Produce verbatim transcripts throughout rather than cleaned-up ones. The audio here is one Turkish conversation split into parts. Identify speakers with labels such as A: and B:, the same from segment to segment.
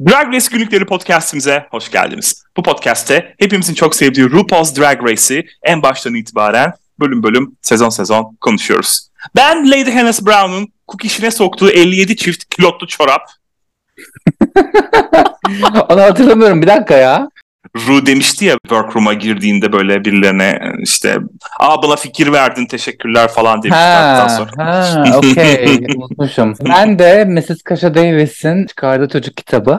A: Drag Race Günlükleri podcastimize hoş geldiniz. Bu podcast'te hepimizin çok sevdiği RuPaul's Drag Race'i en baştan itibaren bölüm bölüm, sezon sezon konuşuyoruz. Ben Lady Hannah Brown'un kukişine soktuğu elli yedi çift kilotlu çorap.
B: Onu hatırlamıyorum, bir dakika ya.
A: Ru demişti ya workroom'a girdiğinde böyle birilerine işte ''Aa bana fikir verdin, teşekkürler'' falan demişler.
B: Ha, ha okey. Unutmuşum. Ben de missus Kasha Davis'in çıkardığı çocuk kitabı.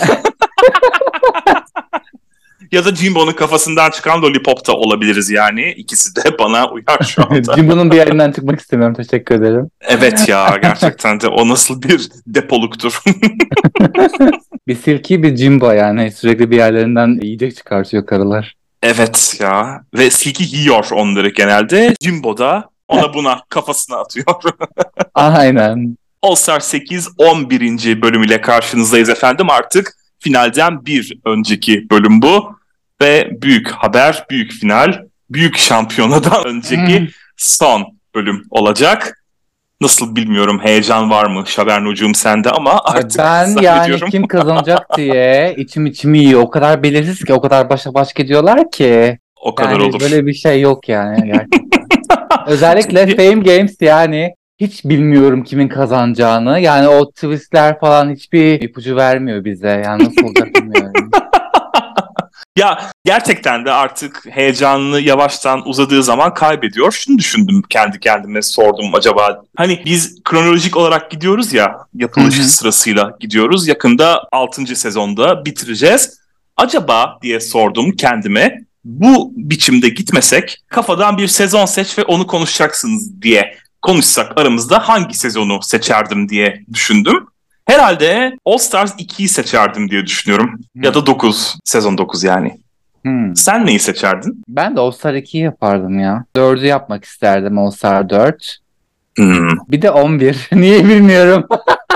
A: Ya da Jimbo'nun kafasından çıkan Lollipop da olabiliriz yani. İkisi de bana uyar şu anda.
B: Jimbo'nun bir yerinden çıkmak istemiyorum. Teşekkür ederim.
A: Evet ya, gerçekten de o nasıl bir depoluktur.
B: Bir Silky bir Jimbo yani. Sürekli bir yerlerinden yiyecek çıkartıyor karılar.
A: Evet ya. Ve Silky yiyor onları genelde. Jimbo da ona buna kafasına atıyor.
B: Aynen.
A: All Star sekiz on birinci bölümüyle karşınızdayız efendim. Artık finalden bir önceki bölüm bu. Ve büyük haber, büyük final, büyük şampiyonadan önceki hmm. son bölüm olacak. Nasıl bilmiyorum, heyecan var mı Şabernocuğum sende ama artık
B: ben yani kim kazanacak diye içim içimi yiyor. O kadar belirsiz ki, o kadar başa baş gidiyorlar ki.
A: O kadar
B: yani
A: olur.
B: Böyle bir şey yok yani gerçekten. Özellikle Fame Games yani hiç bilmiyorum kimin kazanacağını. Yani o twistler falan hiçbir ipucu vermiyor bize. Yani nasıl olacak bilmiyorum.
A: Ya gerçekten de artık heyecanlı yavaştan uzadığı zaman kaybediyor. Şunu düşündüm, kendi kendime sordum, acaba hani biz kronolojik olarak gidiyoruz ya, yapılış Hı-hı. sırasıyla gidiyoruz. Yakında altıncı sezonda bitireceğiz. Acaba diye sordum kendime, bu biçimde gitmesek kafadan bir sezon seç ve onu konuşacaksınız diye konuşsak aramızda hangi sezonu seçerdim diye düşündüm. Herhalde All Stars ikiyi seçerdim diye düşünüyorum. Hmm. Ya da dokuz. Sezon dokuz yani. Hmm. Sen neyi seçerdin?
B: Ben de All Star ikiyi yapardım ya. dördü yapmak isterdim, All Star dört.
A: Hmm.
B: Bir de on bir. Niye bilmiyorum.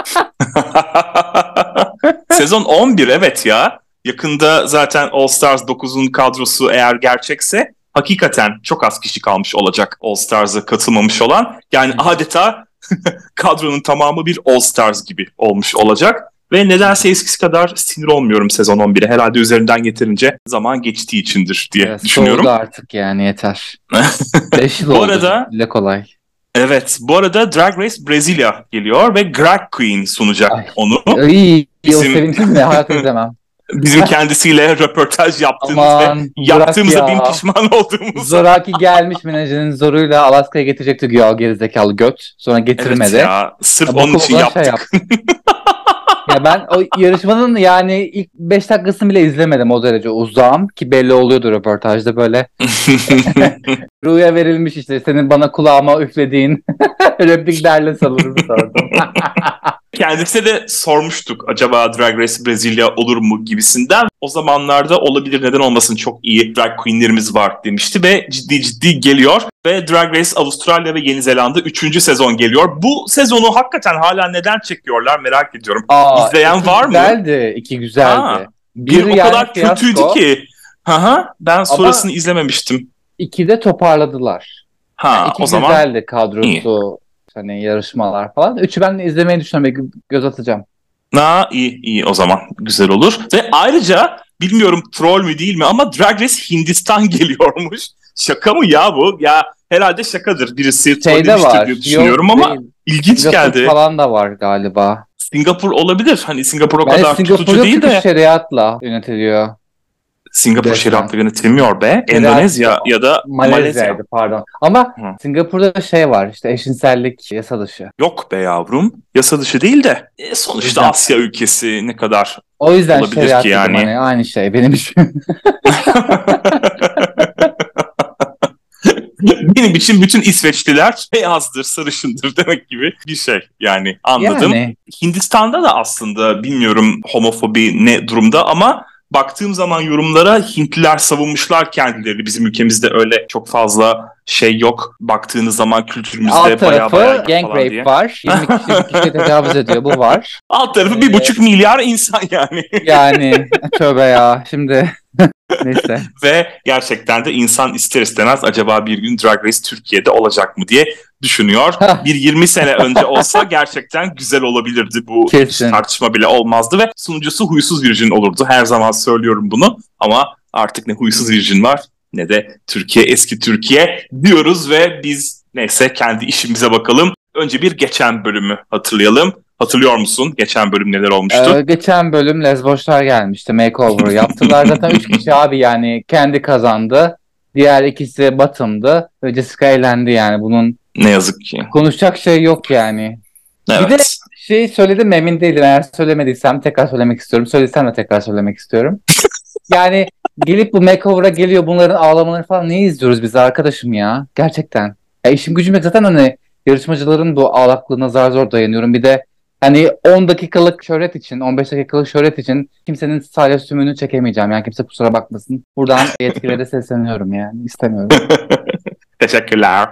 A: Sezon on bir evet ya. Yakında zaten All Stars dokuzun kadrosu eğer gerçekse hakikaten çok az kişi kalmış olacak All Stars'a katılmamış olan. Yani hmm. adeta kadronun tamamı bir All Stars gibi olmuş olacak. Ve nedense eskisi kadar sinir olmuyorum sezon on bire. Herhalde üzerinden yeterince zaman geçtiği içindir diye evet, düşünüyorum.
B: Soğudu artık yani, yeter. beş yıl
A: bu
B: oldu.
A: Arada,
B: bile kolay.
A: Evet, bu arada Drag Race Brezilya geliyor ve Drag Queen sunacak Ay, onu.
B: İyi, Bizim... o sevinçim de hayatım izlemem.
A: Bizim kendisiyle röportaj yaptığımız Aman, ve yaptığımıza bin pişman olduğumuz.
B: Zoraki gelmiş menajerin zoruyla Alaska'ya getirecekti güya, gerizekalı göt. Sonra getirmedi.
A: Evet ya, sırf ya, onun için yaptık. Şey yaptı.
B: Ya ben o yarışmanın yani ilk beş dakikasını bile izlemedim, o derece uzağım ki belli oluyordu röportajda böyle. Ru'ya verilmiş işte, senin bana kulağıma üflediğin repliklerle savurur sordum.
A: Kendisine de sormuştuk, acaba Drag Race Brezilya olur mu gibisinden. O zamanlarda olabilir, neden olmasın, çok iyi drag queenlerimiz var demişti ve ciddi ciddi geliyor. Ve Drag Race Avustralya ve Yeni Zelanda üçüncü sezon geliyor. Bu sezonu hakikaten hala neden çekiyorlar merak ediyorum. Aa, İzleyen var mı?
B: Güzeldi, iki güzeldi. Ha,
A: bir bir o yani kadar fiyasko. Kötüydü ki. Aha, ben sonrasını Ama izlememiştim.
B: ikide toparladılar.
A: Ha,
B: yani iki
A: o zaman
B: güzeldi kadrosu. İyi. Hani yarışmalar falan. Üçü ben de izlemeyi düşünüyorum. Göz atacağım.
A: Ha, iyi iyi o zaman. Güzel olur. Ve ayrıca bilmiyorum troll mü değil mi ama Drag Race Hindistan geliyormuş. Şaka mı ya bu? Ya herhalde şakadır. Birisi troll demiştir diye düşünüyorum. Yok, ama değil. ilginç Singapur geldi.
B: Singapur falan da var galiba.
A: Singapur olabilir. Hani Singapur o
B: ben
A: kadar tutucu değil de.
B: Şeriatla yönetiliyor.
A: Singapur şeriatla yönetilmiyor be. Endonezya ya da Malezya.
B: Pardon. Ama Hı. Singapur'da şey var, işte eşcinsellik yasa dışı.
A: Yok be yavrum. Yasa dışı değil de e, sonuçta Asya ülkesi ne kadar
B: o yüzden
A: olabilir
B: şeriat
A: ki yani.
B: Hani aynı şey benim için.
A: Benim için bütün İsveçliler beyazdır, sarışındır demek gibi bir şey. Yani anladım. Yani. Hindistan'da da aslında bilmiyorum homofobi ne durumda ama baktığım zaman yorumlara Hintliler savunmuşlar kendilerini. Bizim ülkemizde öyle çok fazla şey yok. Baktığınız zaman kültürümüzde
B: alt
A: bayağı bayağı
B: gang rape diye. Var. yirmi kişi kişiye tecavüz ediyor. Bu var.
A: Alt tarafı ee, bir buçuk milyar insan yani.
B: Yani tövbe ya. Şimdi neyse.
A: Ve gerçekten de insan ister istemez acaba bir gün Drag Race Türkiye'de olacak mı diye düşünüyor. Bir yirmi sene önce olsa gerçekten güzel olabilirdi, bu
B: Kesin.
A: tartışma bile olmazdı ve sunucusu huysuz Virgin olurdu. Her zaman söylüyorum bunu ama artık ne huysuz Virgin var ne de Türkiye, eski Türkiye diyoruz ve biz neyse kendi işimize bakalım. Önce bir geçen bölümü hatırlayalım. Hatırlıyor musun? Geçen bölüm neler olmuştu?
B: Ee, geçen bölüm Lezboşlar gelmişti. Makeover yaptılar. Zaten üç kişi abi, yani kendi kazandı. Diğer ikisi Bottom'dı. Ve Jessica eğlendi yani. Bunun
A: Ne yazık ki.
B: konuşacak şey yok yani.
A: Evet.
B: Bir de şey söyledim, emin değilim. Eğer söylemediysem tekrar söylemek istiyorum. Söylesem de tekrar söylemek istiyorum. Yani gelip bu makeover'a geliyor, bunların ağlamaları falan, neyi izliyoruz biz arkadaşım ya? Gerçekten. Ya işim gücüm yok. Zaten hani yarışmacıların bu ağlaklığına zar zor dayanıyorum. Bir de hani on dakikalık şöhret için, on beş dakikalık şöhret için kimsenin sadece sümüğünü çekemeyeceğim. Yani kimse kusura bakmasın. Buradan yetkililere sesleniyorum yani. İstemiyorum.
A: Teşekkürler.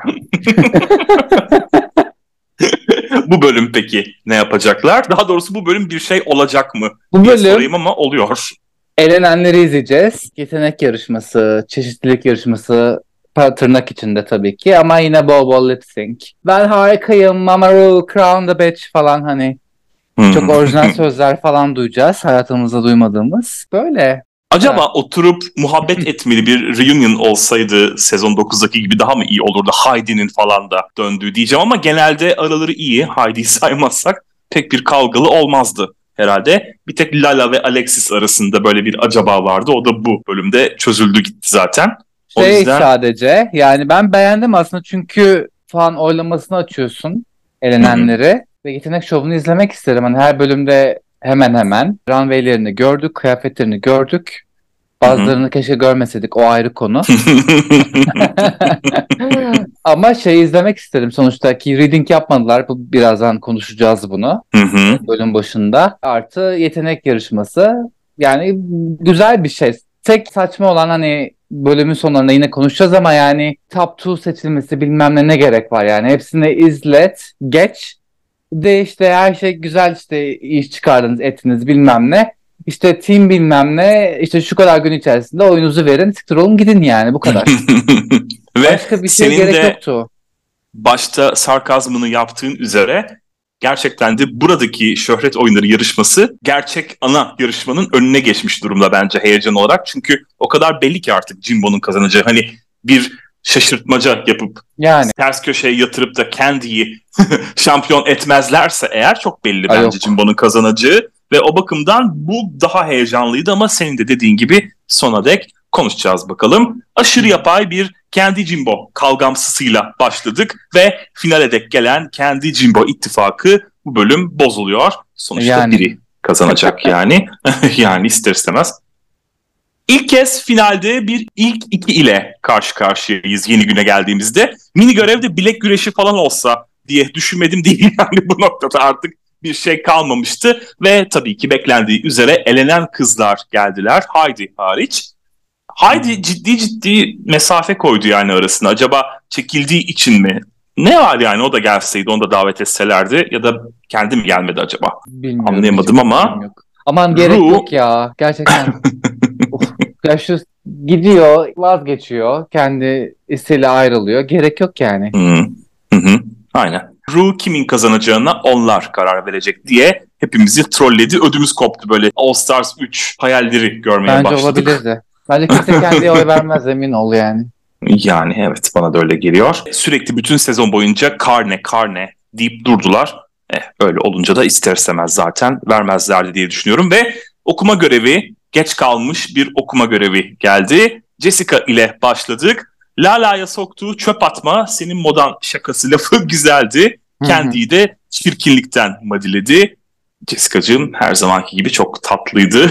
A: Bu bölüm peki ne yapacaklar? Daha doğrusu bu bölüm bir şey olacak mı?
B: Bu
A: diye
B: bölüm
A: sorayım ama oluyor.
B: elenenleri izleyeceğiz. Yetenek yarışması, çeşitlilik yarışması, tırnak içinde tabii ki, ama yine bol bol lip sync. Ben harikayım, Mama Ru, Crown the Bitch falan, hani çok orijinal sözler falan duyacağız. Hayatımızda duymadığımız. Böyle.
A: Acaba
B: Ha.
A: oturup muhabbet etmeli bir reunion olsaydı sezon dokuzdaki gibi daha mı iyi olurdu? Heidi'nin falan da döndüğü diyeceğim ama genelde araları iyi. Heidi'yi saymazsak pek bir kavgalı olmazdı herhalde. Bir tek Lala ve Alexis arasında böyle bir acaba vardı. O da bu bölümde çözüldü gitti zaten. O
B: Şey
A: yüzden...
B: sadece yani ben beğendim aslında, çünkü fan oylamasını açıyorsun, elenenleri. Hı-hı. Ve yetenek şovunu izlemek isterim. Hani her bölümde hemen hemen runway'lerini gördük, kıyafetlerini gördük. Bazılarını Hı-hı. keşke görmeseydik, o ayrı konu. Ama şey izlemek isterim sonuçta, ki reading yapmadılar. Bu birazdan konuşacağız bunu. Hı-hı. Bölüm başında. Artı yetenek yarışması. Yani güzel bir şey. Tek saçma olan, hani bölümün sonlarında yine konuşacağız ama yani top iki seçilmesi bilmem ne ne gerek var yani. Hepsini izlet, geç. De işte her şey güzel, işte iş çıkardınız, ettiniz bilmem ne. İşte team bilmem ne, işte şu kadar gün içerisinde oyunuzu verin, siktir olun gidin yani, bu kadar.
A: Ve
B: başka bir şeye gerek yoktu.
A: Başta sarkazmını yaptığın üzere gerçekten de buradaki şöhret oyunları yarışması gerçek ana yarışmanın önüne geçmiş durumda bence heyecan olarak. Çünkü o kadar belli ki artık Jimbo'nun kazanacağı, hani bir şaşırtmaca yapıp yani ters köşeye yatırıp da Candy'yi şampiyon etmezlerse eğer çok belli Ay bence Jimbo'nun kazanacağı ve o bakımdan bu daha heyecanlıydı ama senin de dediğin gibi sona dek konuşacağız bakalım. Aşırı yapay bir Candy Jimbo kavgamsısıyla başladık ve finale dek gelen Candy Jimbo ittifakı bu bölüm bozuluyor. Sonuçta yani biri kazanacak yani. Yani ister istemez. İlk kez finalde bir ilk iki ile karşı karşıyayız yeni güne geldiğimizde. Mini görevde bilek güreşi falan olsa diye düşünmedim değil yani, bu noktada artık bir şey kalmamıştı. Ve tabii ki beklendiği üzere elenen kızlar geldiler, Heidi hariç. Heidi ciddi ciddi mesafe koydu yani arasına. Acaba çekildiği için mi? Ne var yani, o da gelseydi, onu da davet etselerdi ya da kendi mi gelmedi acaba?
B: Bilmiyorum,
A: anlayamadım ama. Yok.
B: Aman gerek Ru... yok ya gerçekten. Of, ya şu gidiyor, vazgeçiyor, kendi isteğiyle ayrılıyor. Gerek yok yani.
A: Hı hı. Aynen. Ru kimin kazanacağına onlar karar verecek diye hepimizi trolledi. Ödümüz koptu, böyle All Stars üç hayalleri görmeye
B: Bence
A: başladık.
B: Bence olabilirdi. Bence kimse kendiye oy vermez, emin ol yani.
A: Yani evet, bana da öyle geliyor. Sürekli bütün sezon boyunca karne karne deyip durdular. Eh, öyle olunca da ister istemez zaten vermezlerdi diye düşünüyorum. Ve okuma görevi, geç kalmış bir okuma görevi geldi. Jessica ile başladık. Lala'ya soktuğu çöp atma senin modan şakası lafı güzeldi. Kendiyi de çirkinlikten madiledi. Jessica'cığım her zamanki gibi çok tatlıydı.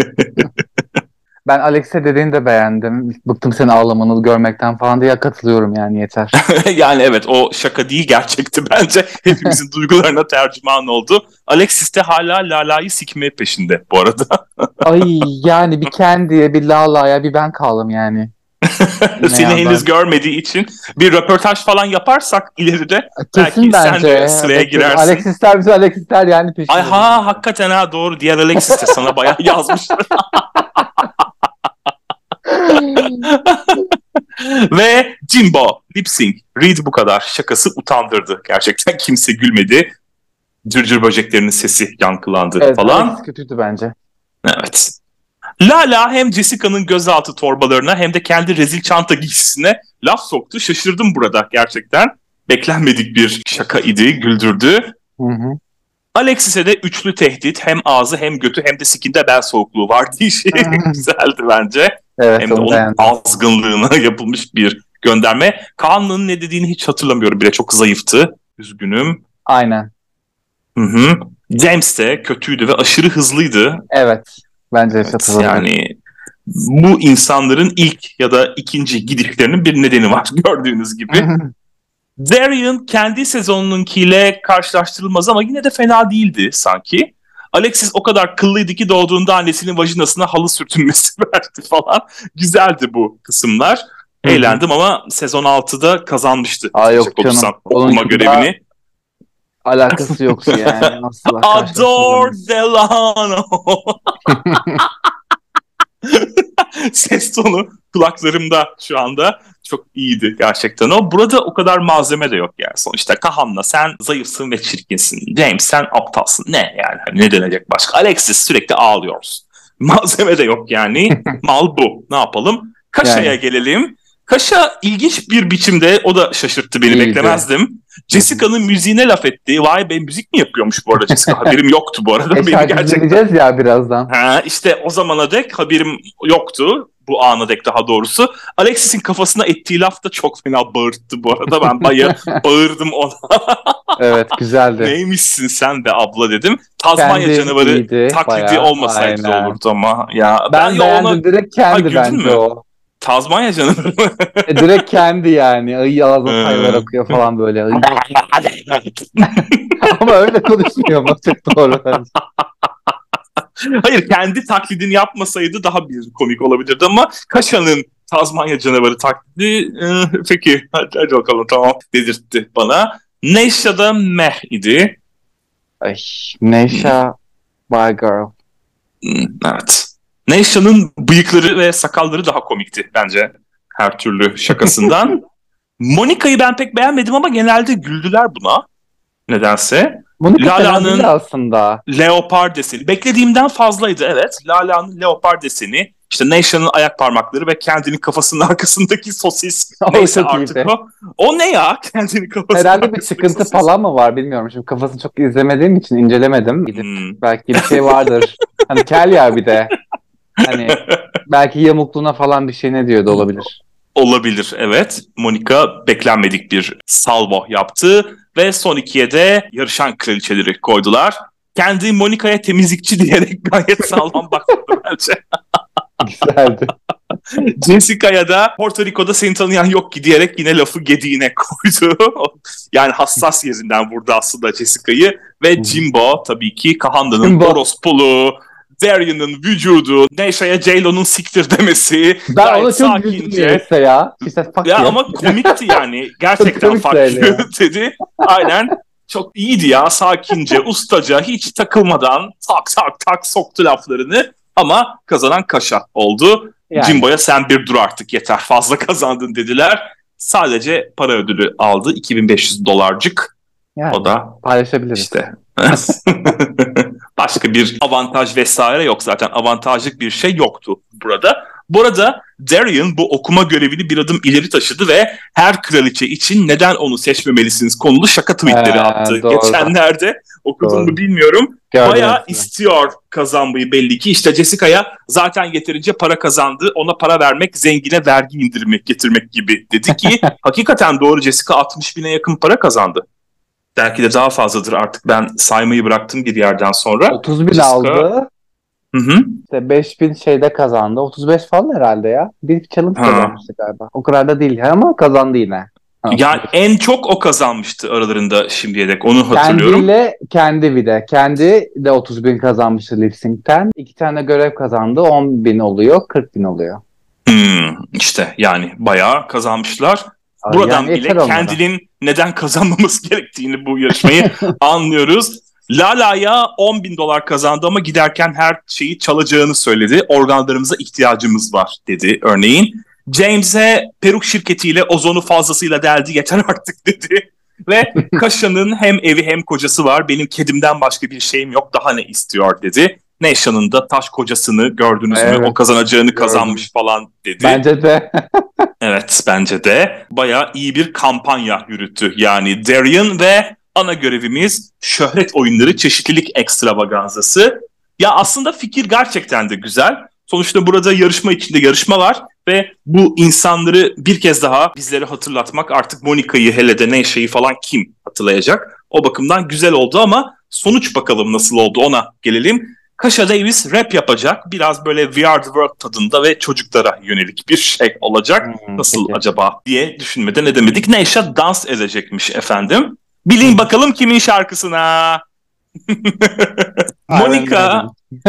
B: Ben Alex'e dediğini de beğendim. Bıktım senin ağlamanı görmekten falan diye, katılıyorum yani, yeter.
A: Yani evet, o şaka değil, gerçekti bence. Hepimizin duygularına tercüman oldu. Alexis de hala Lala'yı sikmeye peşinde bu arada.
B: Ay yani bir Candy'ye, bir Lala'ya, bir ben kaldım yani.
A: Seni henüz görmediği için bir röportaj falan yaparsak ileride
B: kesin
A: belki
B: bence.
A: sen de sıraya girersin.
B: Alexis'ler bize Alexis'ler yani peşinde.
A: Ay ha, hakikaten ha, doğru. Diğer Alexis de sana bayağı yazmış. Ve Jimbo, lip sync, read bu kadar şakası utandırdı. Gerçekten kimse gülmedi. Cırcır böceklerinin sesi yankılandı
B: Evet,
A: falan.
B: Alex kötüydü bence.
A: Evet. Lala hem Jessica'nın gözaltı torbalarına hem de kendi rezil çanta giysisine laf soktu. Şaşırdım burada gerçekten. Beklenmedik bir şaka idi, güldürdü.
B: Hı hı.
A: Alexis'e de üçlü tehdit, hem ağzı hem götü hem de sikinde bel soğukluğu var diye şey güzeldi bence.
B: Evet,
A: Hem de onun
B: beğendim.
A: azgınlığına yapılmış bir gönderme. Kaan'ın ne dediğini hiç hatırlamıyorum bile, çok zayıftı. Üzgünüm.
B: Aynen.
A: Hı hı. James de kötüydü ve aşırı hızlıydı.
B: Evet. Bence
A: Evet,
B: hatırladım.
A: yani bu insanların ilk ya da ikinci gidişlerinin bir nedeni var gördüğünüz gibi. Darian kendi sezonununkiyle karşılaştırılmaz ama yine de fena değildi sanki. Alexis o kadar kıllıydı ki doğduğunda annesinin vajinasına halı sürtünmesi verdi falan. Güzeldi bu kısımlar. Eğlendim ama sezon altıda kazanmıştı.
B: Aa, yok canım.
A: Okuma
B: Onunki
A: görevini.
B: Alakası yoktu yani. Asla
A: Adore Delano. Ses tonu kulaklarımda şu anda, çok iyiydi gerçekten o. Burada o kadar malzeme de yok yani. Sonuçta Kahan'la sen zayıfsın ve çirkinsin. James sen aptalsın. Ne yani? Hani ne denecek başka? Alexis sürekli ağlıyoruz. Malzeme de yok yani. Mal bu. Ne yapalım? Kaşa'ya yani gelelim. Kaşa ilginç bir biçimde, o da şaşırttı beni,
B: İyiydi.
A: Beklemezdim. Jessica'nın müziğine laf etti. Vay be, müzik mi yapıyormuş bu arada Jessica? Haberim yoktu bu arada.
B: E,
A: Benim gerçekten.
B: dinleyeceğiz ya birazdan.
A: Ha, işte o zamana dek haberim yoktu. Bu ana dek daha doğrusu. Alexis'in kafasına ettiği laf da çok fena bağırttı bu arada. Ben bayağı bağırdım ona.
B: Evet, güzeldi.
A: Neymişsin sen be abla dedim. Tazmanya
B: Kendi
A: canavarı
B: iyiydi,
A: taklidi
B: bayağı,
A: olmasaydı
B: aynen.
A: olurdu ama. Ya,
B: Ben,
A: ben
B: beğendim
A: ona...
B: direkt
A: Ha,
B: kendi
A: güldün
B: bence
A: mü?
B: o.
A: Tazmanya canavarı.
B: E, direkt kendi yani. Ay, ağzına sayılar akıyor falan böyle. Ay. Ama öyle konuşmuyor mu? Çok doğru bence.
A: Hayır, kendi taklidini yapmasaydı daha bir komik olabilirdi ama Kaşa'nın Tazmanya canavarı taklidi e, peki hadi, hadi bakalım tamam dedirtti bana. Neşa da meh idi.
B: Ay, Neşa by girl.
A: Evet. Neşa'nın bıyıkları ve sakalları daha komikti bence her türlü şakasından. Monica'yı ben pek beğenmedim ama genelde güldüler buna nedense.
B: Monica
A: Lala'nın
B: aslında.
A: leopar deseni. Beklediğimden fazlaydı evet. Lala'nın leopar deseni. İşte Neşa'nın ayak parmakları ve kendinin kafasının arkasındaki sosis.
B: O
A: Neyse
B: çok
A: artık
B: iyiydi.
A: o. O ne ya? Kendinin kafasının
B: Herhalde bir çıkıntı
A: sosis
B: falan mı var bilmiyorum. Şimdi kafasını çok izlemediğim için incelemedim. Gidip
A: Hmm.
B: belki bir şey vardır. Hani kel ya bir de. Hani belki yamukluğuna falan bir şey ne diyor da olabilir.
A: Olabilir evet. Monica beklenmedik bir salvo yaptı ve son ikiye de yarışan kraliçeleri koydular. Kendi Monica'ya temizlikçi diyerek gayet sağlam başladı bence.
B: Güzeldi.
A: Jessica'ya da Porto Rico'da seni tanıyan yok ki diyerek yine lafı gediğine koydu. Yani hassas yerinden vurdu aslında Jessica'yı. Ve Jimbo tabii ki Kahanda'nın orospulu, Darian'ın vücudu, Neşa'ya J-Lo'nun siktir demesi.
B: Ben ona çok güldüm ya. İşte
A: ya ama komikti yani. Gerçekten fuck you dedi. Aynen. Çok iyiydi ya, sakince, ustaca, hiç takılmadan tak tak tak soktu laflarını. Ama kazanan Kaşa oldu. Yani. Jimbo'ya sen bir dur artık yeter, fazla kazandın dediler. Sadece para ödülü aldı, iki bin beş yüz dolarcık.
B: Yani,
A: o da
B: paylaşabiliriz.
A: İşte. Başka bir avantaj vesaire yok zaten. Avantajlık bir şey yoktu burada. Bu arada Darian bu okuma görevini bir adım ileri taşıdı ve her kraliçe için neden onu seçmemelisiniz konulu şaka tweetleri ee, attı. Doğru. Geçenlerde okudum mu bilmiyorum. Gördüm Bayağı hepsini. istiyor kazanmayı belli ki. İşte Jessica'ya zaten yeterince para kazandı. Ona para vermek zengine vergi indirmek getirmek gibi dedi ki hakikaten doğru, Jessica altmış bine yakın para kazandı. Belki de daha fazladır artık, ben saymayı bıraktım bir yerden sonra.
B: otuz bin Jessica... aldı.
A: Hı hı.
B: İşte beş bin şeyde kazandı. otuz beş falan herhalde ya. Bir challenge kazanmıştı galiba. O kadar da değil ama kazandı yine. Ha,
A: yani en çok o kazanmıştı aralarında şimdiye dek, onu hatırlıyorum.
B: Kendiyle kendi bir de. Kendi de otuz bin kazanmıştı lip sync'ten. İki tane görev kazandı. on bin oluyor. kırk bin oluyor.
A: Hmm, işte yani bayağı kazanmışlar. Buradan yani bile kendinin neden kazanmaması gerektiğini bu yarışmayı anlıyoruz. Lala'ya on bin dolar kazandı ama giderken her şeyi çalacağını söyledi. Organlarımıza ihtiyacımız var dedi örneğin. James'e peruk şirketiyle ozonu fazlasıyla deldi, yeter artık dedi. Ve Kasha'nın hem evi hem kocası var. Benim kedimden başka bir şeyim yok. Daha ne istiyor dedi. Neşa'nın da taş kocasını gördünüz evet, mü? O kazanacağını gördüm. Kazanmış falan dedi.
B: Bence de.
A: Evet, bence de. Bayağı iyi bir kampanya yürüttü. Yani Darian ve ana görevimiz şöhret oyunları çeşitlilik ekstravaganzası. Ya aslında fikir gerçekten de güzel. Sonuçta burada yarışma içinde yarışma var ve bu insanları bir kez daha bizlere hatırlatmak, artık Monica'yı hele de Neşa'yı falan kim hatırlayacak? O bakımdan güzel oldu ama sonuç bakalım nasıl oldu, ona gelelim. Kasha Davis rap yapacak. Biraz böyle We Are The World tadında ve çocuklara yönelik bir şey olacak. Hmm, nasıl peki acaba diye düşünmeden edemedik. Neşa dans edecekmiş efendim. Bilin bakalım kimin şarkısına? Monica.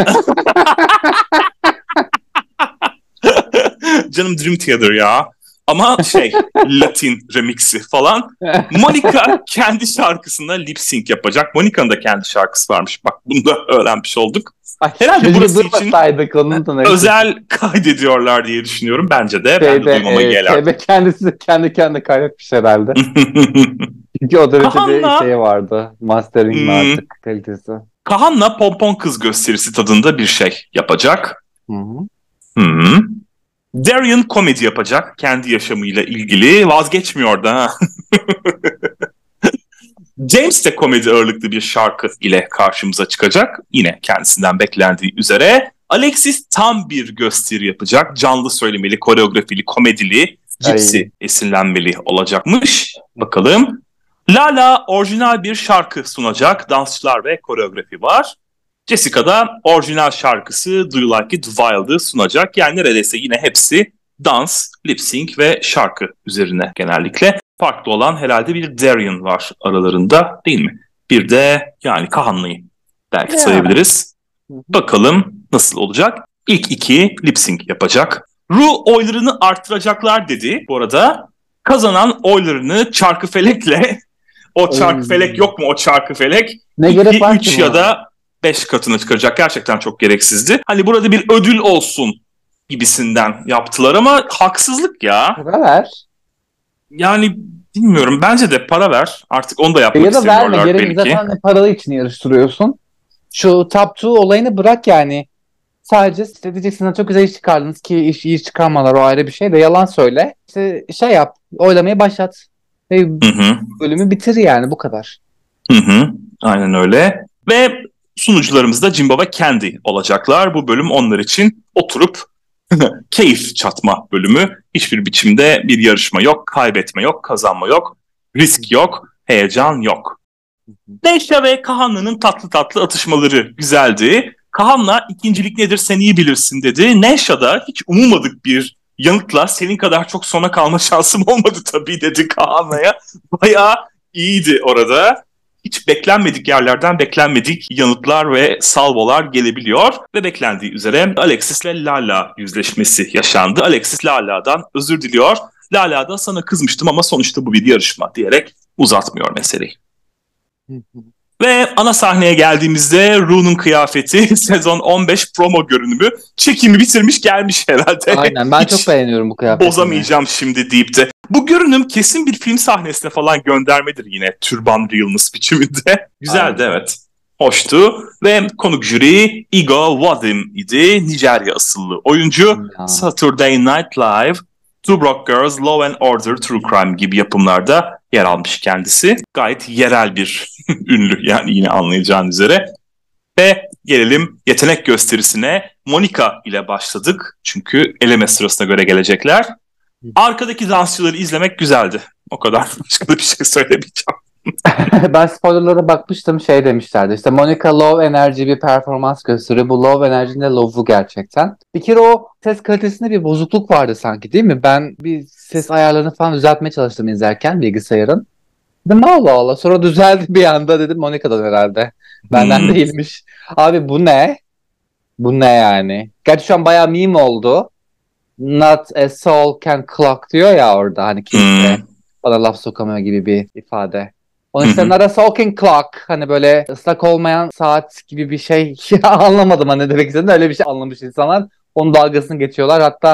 A: Canım Dream Theater ya. Ama şey Latin remixi falan. Monica kendi şarkısına lip sync yapacak. Monica'nın da kendi şarkısı varmış. Bak bunu da öğrenmiş olduk. Ay, herhalde burası için özel kaydediyorlar diye düşünüyorum. Bence de. Şeyde, ben de duymama e, gelen.
B: Şeyde kendisi kendi kendine kaydetmiş herhalde. Çünkü o derece Kahan'la, bir şey vardı. Mastering hmm, artık kalitesi.
A: Kahan'la Pompon Kız gösterisi tadında bir şey yapacak. Hı hı. Hı. Darian komedi yapacak. Kendi yaşamıyla ilgili. Vazgeçmiyor da. James de komedi ağırlıklı bir şarkı ile karşımıza çıkacak. Yine kendisinden beklendiği üzere. Alexis tam bir gösteri yapacak. Canlı söylemeli, koreografili, komedili, Gypsy esinlenmeli olacakmış. Bakalım. Lala orijinal bir şarkı sunacak. Dansçılar ve koreografi var. Jessica da orijinal şarkısı Do You Like It Wild'ı sunacak. Yani neredeyse yine hepsi dans, lip sync ve şarkı üzerine genellikle. Farklı olan herhalde bir Darian var aralarında, değil mi? Bir de yani Kahanlı'yı belki yeah. sayabiliriz. Bakalım nasıl olacak? İlk iki lip sync yapacak. Ru oylarını arttıracaklar dedi. Bu arada kazanan oylarını Çarkıfelek'le, o Çarkıfelek yok mu o Çarkıfelek?
B: Ne gerek var ki
A: üç ya da beş katına çıkaracak. Gerçekten çok gereksizdi. Hani burada bir ödül olsun gibisinden yaptılar ama haksızlık ya.
B: Para ver.
A: Yani bilmiyorum. Bence de para ver. Artık onu da yapmak ya da istemiyorlar verme, belki.
B: Zaten paralı için yarıştırıyorsun. Şu top iki olayını bırak yani. Sadece işte diyeceksin çok güzel iş çıkardınız ki iş iyi çıkarmalar, o ayrı bir şey de, yalan söyle. İşte şey yap. Oylamayı başlat. Ve hı hı. bölümü bitir yani, bu kadar.
A: Hı hı. Aynen öyle. Ve sunucularımız da Jimbo ve Candy olacaklar. Bu bölüm onlar için oturup keyif çatma bölümü. Hiçbir biçimde bir yarışma yok, kaybetme yok, kazanma yok, risk yok, heyecan yok. Neşe ve Kahanlı'nın tatlı tatlı atışmaları güzeldi. Kahan'la ikincilik nedir sen iyi bilirsin dedi. Neşe da hiç umulmadık bir yanıtla senin kadar çok sona kalma şansım olmadı tabii dedi Kahanlı'ya. Bayağı iyiydi orada. Hiç beklenmedik yerlerden beklenmedik yanıtlar ve salvolar gelebiliyor. Ve beklendiği üzere Alexis ile Lala yüzleşmesi yaşandı. Alexis Lala'dan özür diliyor. Lala da sana kızmıştım ama sonuçta bu bir yarışma diyerek uzatmıyor meseleyi. Ve ana sahneye geldiğimizde Ru'nun kıyafeti sezon on beş promo görünümü, çekimi bitirmiş gelmiş herhalde.
B: Aynen, ben
A: Hiç
B: çok beğeniyorum bu kıyafetini.
A: Bozamayacağım şimdi deyip de. Bu görünüm kesin bir film sahnesine falan göndermedir yine, türban realness biçiminde. Güzeldi. Aynen. Evet. Hoştu. Ve konuk jüri Igo Wadim idi. Nijerya asıllı oyuncu. Ya. Saturday Night Live, Two Broke Girls, Law and Order, True Crime gibi yapımlarda yer almış kendisi. Gayet yerel bir ünlü yani, yine anlayacağın üzere. Ve gelelim yetenek gösterisine. Monica ile başladık. Çünkü eleme sırasına göre gelecekler. Arkadaki dansçıları izlemek güzeldi. O kadar. Başka da bir şey söylemeyeceğim.
B: Ben spoilerlara bakmıştım, şey demişlerdi. İşte Monica low enerji bir performans gösteriyor. Bu low enerjinin de low'u gerçekten. Bir kere o ses kalitesinde bir bozukluk vardı sanki, değil mi? Ben bir ses ayarlarını falan düzeltmeye çalıştım izlerken bilgisayarın. Dedim Allah Allah. Sonra düzeldi bir anda, dedim Monica'dan herhalde. Benden hmm. değilmiş. Abi bu ne? Bu ne yani? Gerçi şu an bayağı meme oldu. Not a soul can clock diyor ya orada, hani kimse hmm. bana laf sokamıyor gibi bir ifade. Onun işte not a soul can clock, hani böyle ıslak olmayan saat gibi bir şey. Anlamadım hani ne demek istediğini, öyle bir şey anlamış insanlar. Onun dalgasını geçiyorlar. Hatta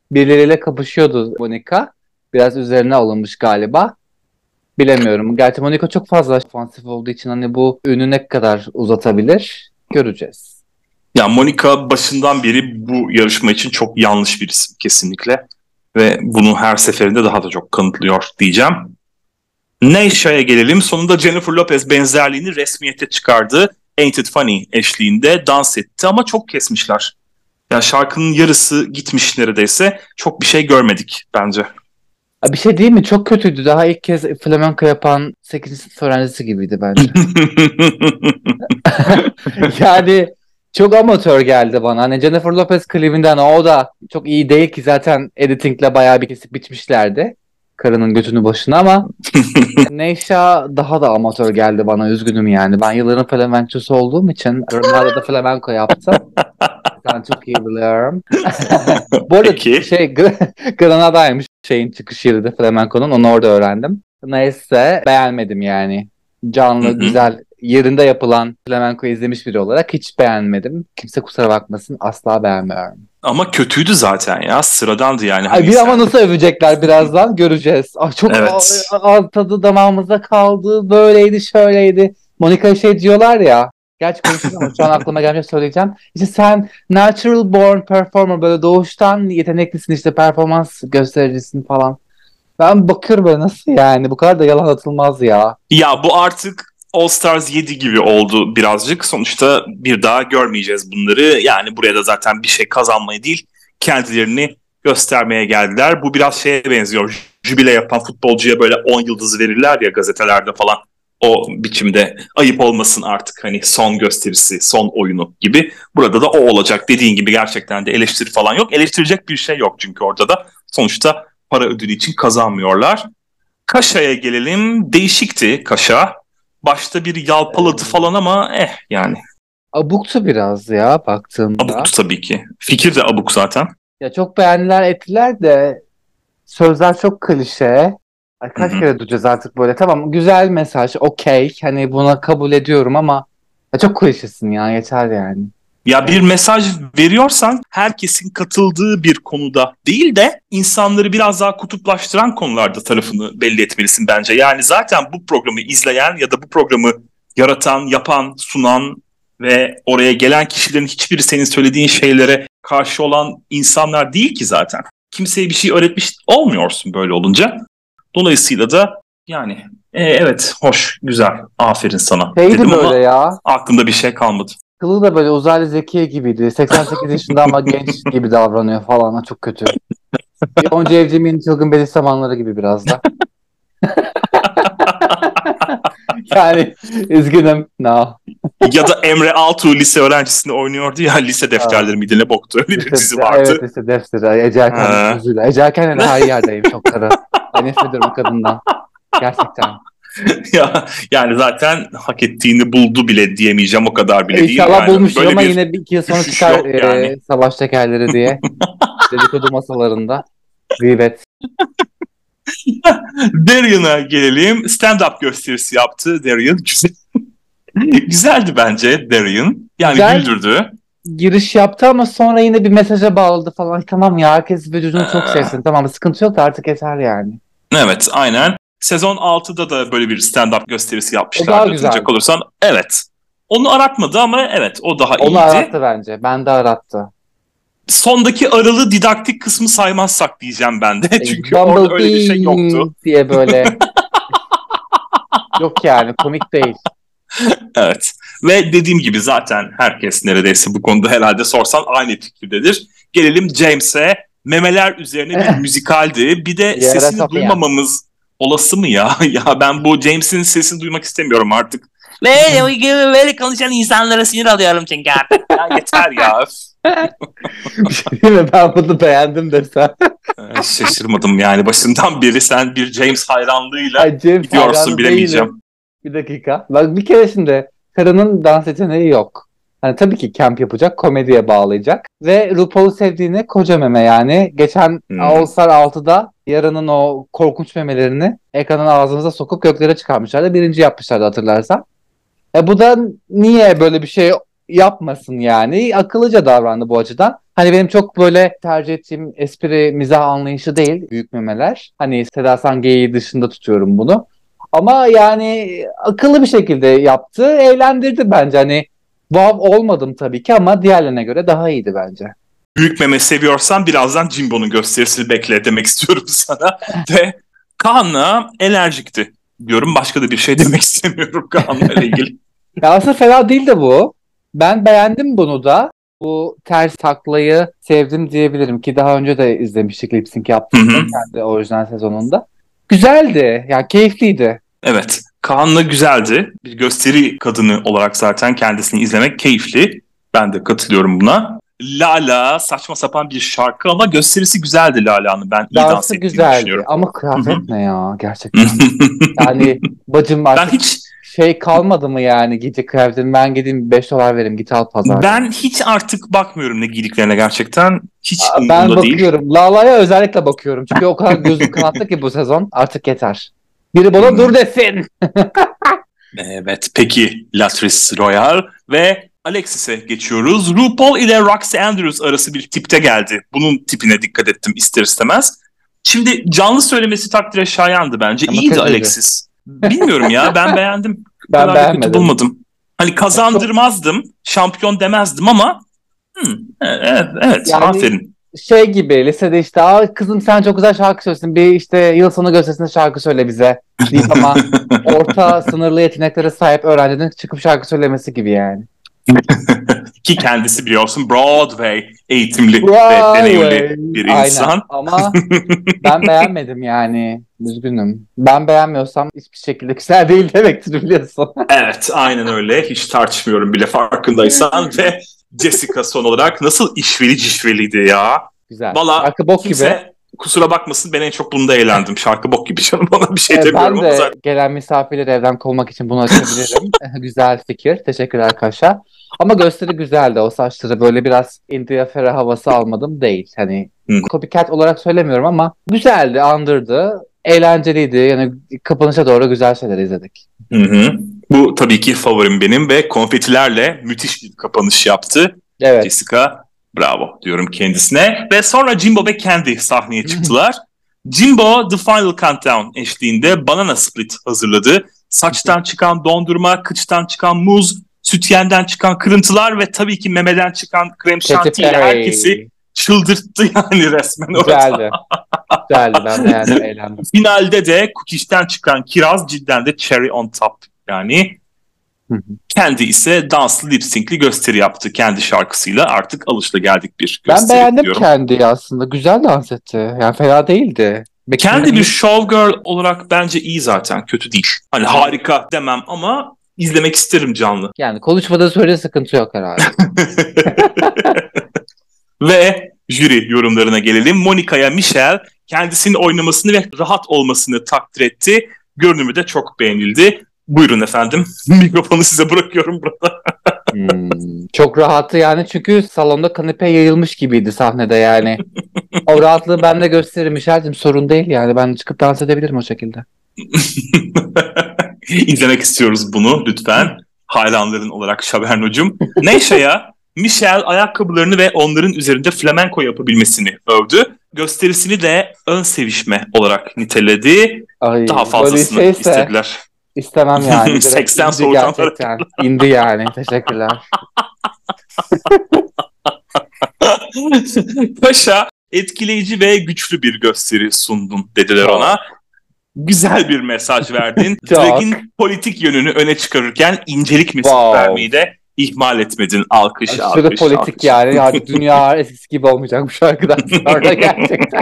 B: birileriyle kapışıyordu Monica. Biraz üzerine alınmış galiba. Bilemiyorum. Gerçi Monica çok fazla ofansif olduğu için hani bu ünü ne kadar uzatabilir göreceğiz.
A: Ya Monica başından beri bu yarışma için çok yanlış bir isim kesinlikle. Ve bunu her seferinde daha da çok kanıtlıyor diyeceğim. Neisha'ya gelelim. Sonunda Jennifer Lopez benzerliğini resmiyete çıkardı. Ain't It Funny eşliğinde dans etti ama çok kesmişler. Yani şarkının yarısı gitmiş neredeyse. Çok bir şey görmedik bence.
B: Bir şey değil mi? Çok kötüydü. Daha ilk kez flamenco yapan sekizinci sınıf öğrencisi gibiydi bence. Yani çok amatör geldi bana. Hani Jennifer Lopez klibinden o da çok iyi değil ki zaten editingle bayağı bir kesip biçmişlerdi. Karının götünü başına ama Neşa daha da amatör geldi bana. Üzgünüm yani. Ben yılların flamencosu olduğum için Granada'da flamenco yaptım. Ben çok iyi biliyorum. Bu arada
A: Peki.
B: şey Granada'ymış şeyin çıkış yeri de flamenco'nun. Onu orada öğrendim. Neyse beğenmedim yani. Canlı,
A: Hı hı.
B: güzel, yerinde yapılan flamenco izlemiş biri olarak hiç beğenmedim. Kimse kusura bakmasın, asla beğenmiyorum.
A: Ama kötüydü zaten ya. Sıradandı yani.
B: Ay
A: Hani
B: bir
A: sen...
B: ama nasıl övecekler birazdan göreceğiz. Ay çok
A: Evet.
B: a- a- tadı damağımızda kaldı. Böyleydi, şöyleydi. Monica şey diyorlar ya. Gerçi konuşuruz ama şu an aklıma gelmeyecek söyleyeceğim. İşte sen natural born performer, böyle doğuştan yeteneklisin, işte performans göstericisin falan. Ben bakıyorum böyle, nasıl yani? Bu kadar da yalan atılmaz ya.
A: Ya bu artık All Stars yedi gibi oldu birazcık. Sonuçta bir daha görmeyeceğiz bunları. Yani buraya da zaten bir şey kazanmaya değil, kendilerini göstermeye geldiler. Bu biraz şeye benziyor. Jübile yapan futbolcuya böyle on yıldız verirler ya gazetelerde falan. O biçimde ayıp olmasın artık, hani son gösterisi, son oyunu gibi. Burada da o olacak. Dediğin gibi gerçekten de eleştiri falan yok. Eleştirecek bir şey yok çünkü orada da. Sonuçta para ödülü için kazanmıyorlar. Kaşa'ya gelelim. Değişikti Kaşa. Başta bir yalpaladı falan ama eh yani.
B: Abuktu biraz ya baktığımda.
A: Abuktu tabii ki. Fikir de abuk zaten.
B: Ya çok beğendiler ettiler de sözler çok klişe. Ay kaç
A: Hı-hı.
B: kere duyacağız artık böyle. Tamam, güzel mesaj, okey. Hani buna kabul ediyorum ama ya çok klişesin ya, yeter yani.
A: Ya bir mesaj veriyorsan herkesin katıldığı bir konuda değil de insanları biraz daha kutuplaştıran konularda tarafını belli etmelisin bence. Yani zaten bu programı izleyen ya da bu programı yaratan, yapan, sunan ve oraya gelen kişilerin hiçbiri senin söylediğin şeylere karşı olan insanlar değil ki zaten. Kimseye bir şey öğretmiş olmuyorsun böyle olunca. Dolayısıyla da yani e, evet, hoş, güzel, aferin sana
B: Şeydi
A: dedim
B: böyle
A: ama
B: ya.
A: aklımda bir şey kalmadı.
B: Kılı da böyle uzaylı Zekiye gibiydi. seksen sekiz yaşında ama genç gibi davranıyor falan. Çok kötü. Yonca Evcimik'in çılgın beliz zamanları gibi biraz da. Yani üzgünüm. No.
A: Ya da Emre Altuğ lise öğrencisini oynuyordu ya, lise defterleri miydi ne boktu, öyle bir dizi vardı.
B: Evet, lise defteri. Ece Erken'in sözüyle. Ece Erken'le her yerdeyim, çok karı. Ben nefret ediyorum o kadından. Gerçekten.
A: ya yani zaten hak ettiğini buldu bile diyemeyeceğim, o kadar bile değil.
B: İnşallah
A: Yani
B: bulmuştur
A: böyle
B: ama
A: bir
B: yine bir iki yıl sonra
A: düşüş
B: çıkar
A: yok yani.
B: e, savaş tekerleri diye. Dedikodu masalarında. Gıybet.
A: Darian'a gelelim. Stand-up gösterisi yaptı Darian. Güzel. Güzeldi bence Darian. Yani
B: Güzel
A: güldürdü.
B: giriş yaptı ama sonra yine bir mesaja bağladı falan. Ay, tamam ya, herkes vücudunu çok
A: Ee,
B: sevsin. Tamam, sıkıntı yok da artık yeter yani.
A: Evet, aynen. Sezon altıda da böyle bir stand-up gösterisi
B: O daha
A: yapmışlardı hatırlayacak
B: güzeldi.
A: olursan. Evet. Onu aratmadı ama evet, o daha
B: Onu
A: iyiydi.
B: arattı bence. Ben de arattı.
A: Sondaki aralı didaktik kısmı saymazsak diyeceğim ben de. Çünkü orada öyle bir şey yoktu.
B: Bumblebee diye böyle. Yok yani, komik değil.
A: Evet. Ve dediğim gibi zaten herkes neredeyse bu konuda herhalde sorsan aynı fikirdedir. Gelelim James'e. Memeler üzerine bir müzikaldi. Bir de
B: Yere
A: sesini
B: Sofya.
A: duymamamız olası mı ya? Ya ben bu James'in sesini duymak istemiyorum artık.
C: Böyle, böyle konuşan insanlara sinir alıyorum çünkü artık.
A: Ya yeter ya.
B: Bir şey değil mi? Ben bunu beğendim desem.
A: Ee, Şaşırmadım yani, başından beri sen bir James hayranlığıyla
B: Ay, James
A: gidiyorsun,
B: hayranı
A: bilemeyeceğim.
B: değilim. Bir dakika. Bak, bir kere şimdi karının dans yeteneği yok. Hani tabii ki camp yapacak, komediye bağlayacak. Ve RuPaul'u sevdiğini koca meme yani. Geçen
A: Hmm.
B: All Star altıda Yarın'ın o korkunç memelerini ekranın ağzımıza sokup göklere çıkarmışlardı. Birinci yapmışlardı, hatırlarsan. E bu da niye böyle bir şey yapmasın yani? Akıllıca davrandı bu açıdan. Hani benim çok böyle tercih ettiğim espri mizah anlayışı değil büyük memeler. Hani Seda Sayan geyiği dışında tutuyorum bunu. Ama yani akıllı bir şekilde yaptı. Eğlendirdi bence. Hani wow olmadım tabii ki ama diğerlerine göre daha iyiydi bence.
A: Büyük meme seviyorsan birazdan Jimbo'nun gösterisini bekle demek istiyorum sana. Ve Kaan'la alerjikti diyorum. Başka da bir şey demek istemiyorum Kaan'la ile ilgili.
B: Ya aslında fena değil de bu. Ben beğendim bunu da. Bu ters taklayı sevdim diyebilirim ki daha önce de izlemiştik lip sync yaptığımda kendi orijinal sezonunda. Güzeldi. Yani keyifliydi.
A: Evet. Kaan'la güzeldi. Bir gösteri kadını olarak zaten kendisini izlemek keyifli. Ben de katılıyorum buna. Lala saçma sapan bir şarkı ama gösterisi güzeldi Lala'nın. Ben iyi dans
B: Dansı
A: ettiğini
B: güzeldi
A: düşünüyorum.
B: ama kıyafet ne ya gerçekten. Yani bacım artık
A: Ben hiç
B: şey kalmadı mı yani giyecek kıyafetim, ben gideyim beş dolar vereyim git al pazarda.
A: ben hiç artık bakmıyorum ne giydiklerine gerçekten. Hiç
B: Aa,
A: umurumda
B: ben
A: değil.
B: bakıyorum. Lala'ya özellikle bakıyorum. Çünkü o kadar gözüm kanattı ki bu sezon. Artık yeter. Biri bana
A: Hmm.
B: dur desin.
A: Evet, peki Latrice Royale ve Alexis'e geçiyoruz. RuPaul ile Roxy Andrews arası bir tipte geldi. Bunun tipine dikkat ettim ister istemez. Şimdi canlı söylemesi takdire şayandı bence.
B: Ama
A: İyiydi
B: kötüydü.
A: Alexis. Bilmiyorum ya, ben beğendim. Bu
B: Ben
A: kadar da kötü
B: beğenmedim.
A: bulmadım. Hani kazandırmazdım, şampiyon demezdim ama hmm, evet, evet
B: Yani-
A: aferin.
B: Şey gibi lisede işte Aa, kızım sen çok güzel şarkı söylüyorsun. Bir işte yıl sonu gösterisinde şarkı söyle bize. Deyip ama orta sınırlı yeteneklere sahip öğrencinin çıkıp şarkı söylemesi gibi yani.
A: Ki kendisi biliyorsun Broadway eğitimli
B: Broadway.
A: ve deneyimli bir
B: Aynen.
A: insan.
B: Ama ben beğenmedim yani. Üzgünüm. Ben beğenmiyorsam hiçbir şekilde güzel değil demektir biliyorsun.
A: Evet, aynen öyle. Hiç tartışmıyorum bile farkındaysan. Ve Jessica son olarak nasıl işveli cişveliydi ya.
B: Güzel.
A: Valla
B: Şarkı bok
A: kimse
B: gibi.
A: kusura bakmasın, ben en çok bunda eğlendim. Şarkı bok gibi canım, ona bir şey
B: Ee,
A: demiyorum
B: ben
A: ama
B: de
A: zaten.
B: gelen misafirleri evden kovmak için bunu açabilirim. Güzel fikir. Teşekkürler Kaşa. Ama gösteri güzeldi. O saçları böyle biraz India Ferah havası almadım değil. Hani
A: Hı.
B: copycat olarak söylemiyorum ama güzeldi, andırdı. Eğlenceliydi. Yani kapanışa doğru güzel şeyler izledik.
A: Hı hı. Bu tabii ki favorim benim ve konfetilerle müthiş bir kapanış yaptı.
B: Evet.
A: Jessica, bravo diyorum kendisine. Ve sonra Jimbo ve Candy sahneye çıktılar. Jimbo The Final Countdown eşliğinde Banana Split hazırladı. Saçtan çıkan dondurma, kıçtan çıkan muz, sütyenden çıkan kırıntılar ve tabii ki memeden çıkan krem
B: Katy
A: şanti ile
B: Perry.
A: herkesi çıldırttı yani resmen orada.
B: Güzeldi. Güzeldi. Ben beğendim, eğlendim.
A: Finalde de Cookie'den çıkan kiraz, cidden de cherry on top yani.
B: Hı hı.
A: Kendi ise danslı lip sync'li gösteri yaptı kendi şarkısıyla. Artık alışılageldik bir
B: Ben
A: gösteri
B: beğendim
A: diyorum.
B: Candy'yi aslında. Güzel dans etti. Yani fena değildi.
A: Kendi bir showgirl olarak bence iyi zaten. Kötü değil. Hani harika demem ama izlemek isterim canlı.
B: Yani konuşmada söyle, sıkıntı yok herhalde.
A: Ve jüri yorumlarına gelelim. Monica'ya Michelle kendisinin oynamasını ve rahat olmasını takdir etti. Görünümü de çok beğenildi. Buyurun efendim. Mikrofonu size bırakıyorum burada.
B: Hmm, çok rahattı yani çünkü salonda kanepe yayılmış gibiydi sahnede yani. O rahatlığı ben de gösteririm Mişel'cim, sorun değil yani, ben çıkıp dans edebilirim o şekilde.
A: İzlemek istiyoruz bunu lütfen. Hayranların olarak Şaberno'cum. Neyse ya, Michelle ayakkabılarını ve onların üzerinde flamenko yapabilmesini övdü. Gösterisini de ön sevişme olarak niteledi.
B: Ay,
A: Daha fazlasını
B: böyle şeyse
A: istediler.
B: istemem yani. Direkt
A: seksen
B: indi
A: soğutan
B: gerçekten. İndi yani. Teşekkürler.
A: Paşa etkileyici ve güçlü bir gösteri sundun dediler
B: Çok.
A: ona. Güzel bir mesaj verdin.
B: Çok.
A: Drag'in politik yönünü öne çıkarırken incelik mesajı
B: Wow.
A: vermeyi de ihmal etmedin. Alkış,
B: Aşırı
A: alkış,
B: politik
A: alkış.
B: yani. Artık dünya eskisi gibi olmayacak bu şarkıdan sonra gerçekten.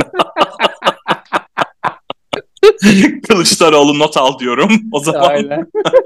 A: Kılıçdaroğlu not al diyorum. O zaman
B: Aynen.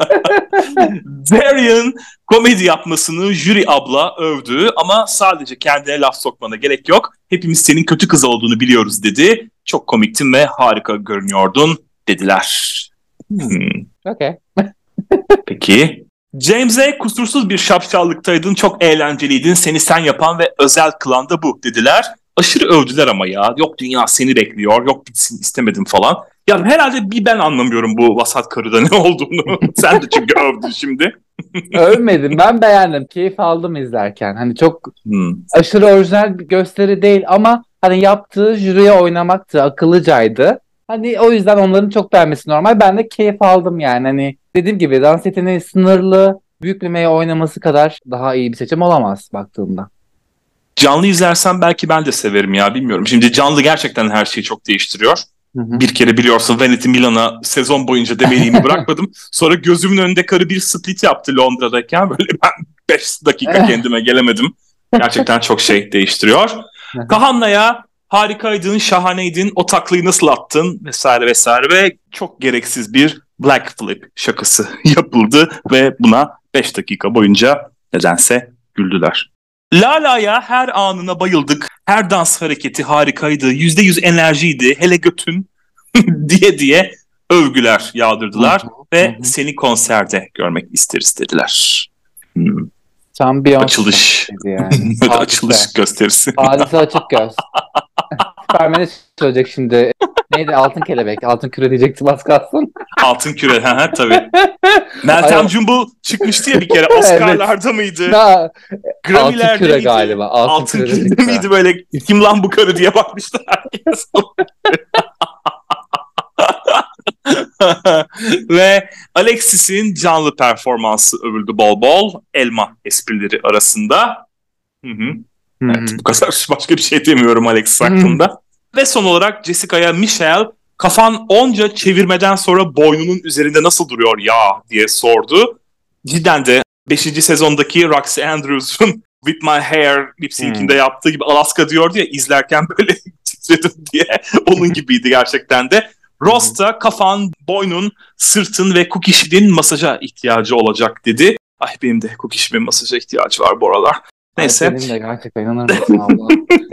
A: Darian komedi yapmasını jüri abla övdü ama sadece kendine laf sokmana gerek yok. Hepimiz senin kötü kız olduğunu biliyoruz dedi. Çok komiktin ve harika görünüyordun dediler. Hmm.
B: Okay.
A: Peki. James'e kusursuz bir şapşallıktaydın, çok eğlenceliydin, seni sen yapan ve özel kılan da bu dediler. aşırı övdüler ama ya. Yok dünya seni bekliyor, yok bitsin istemedim falan. Ya herhalde bir ben anlamıyorum bu vasat karıda ne olduğunu. Sen de çünkü övdün şimdi.
B: Övmedim. Ben beğendim. Keyif aldım izlerken. Hani çok
A: Hmm.
B: aşırı orijinal bir gösteri değil ama hani yaptığı jüriye oynamaktı. Akıllıcaydı. Hani o yüzden onların çok beğenmesi normal. Ben de keyif aldım yani. Hani dediğim gibi dans yeteneği sınırlı. Büyüklemeye oynaması kadar daha iyi bir seçim olamaz baktığımda.
A: Canlı izlersem belki ben de severim ya, bilmiyorum. Şimdi canlı gerçekten her şeyi çok değiştiriyor. Hı hı. Bir kere biliyorsun Vanity Milan'a sezon boyunca demeliğimi bırakmadım. Sonra gözümün önünde karı bir split yaptı Londra'dayken. Böyle ben beş dakika kendime gelemedim. Gerçekten çok şey değiştiriyor. Kahanna'ya harikaydın, şahaneydin, o taklıyı nasıl attın vesaire vesaire ve çok gereksiz bir black flip şakası yapıldı ve buna beş dakika boyunca nedense güldüler. Lala'ya her anına bayıldık. Her dans hareketi harikaydı. yüzde yüz enerjiydi. Hele götün diye diye övgüler yağdırdılar. Hı hı, ve hı. Seni konserde görmek isteriz dediler. Hmm.
B: Tam bir
A: açılış. Yani. Açılış gösterisi.
B: Hadise açık göz. Süpermen'e söyleyecek şimdi. Neydi? Altın kelebek. Altın küre diyecektim az kalsın.
A: Altın küre. Ha tabii. Meltem Cumbul çıkmıştı ya bir kere. Oscar'larda evet. mıydı?
B: Ha,
A: Grammy'lerde
B: altın küre miydi? Galiba. Altın,
A: altın küre, küre miydi böyle? Kim lan bu karı diye bakmışlar herkes. Ve Alexis'in canlı performansı övüldü bol bol. Elma esprileri arasında. Hı hı. Evet, hı hı. Bu kadar, başka bir şey demiyorum Alexis hakkında. Hı hı. Ve son olarak Jessica'ya Michelle, kafan onca çevirmeden sonra boynunun üzerinde nasıl duruyor ya diye sordu. Cidden de beşinci sezondaki Roxy Andrews'un With My Hair lip sync'inde hmm. yaptığı gibi Alaska diyordu ya, izlerken böyle titredim diye. Onun gibiydi gerçekten de. Ross da kafan, boynun, sırtın ve Kukişi'nin masaja ihtiyacı olacak dedi. Ay benim de Kukişi'nin masaja ihtiyacı var bu aralar. Neyse.
B: Ay, senin de gerçekten inanır mısın abla?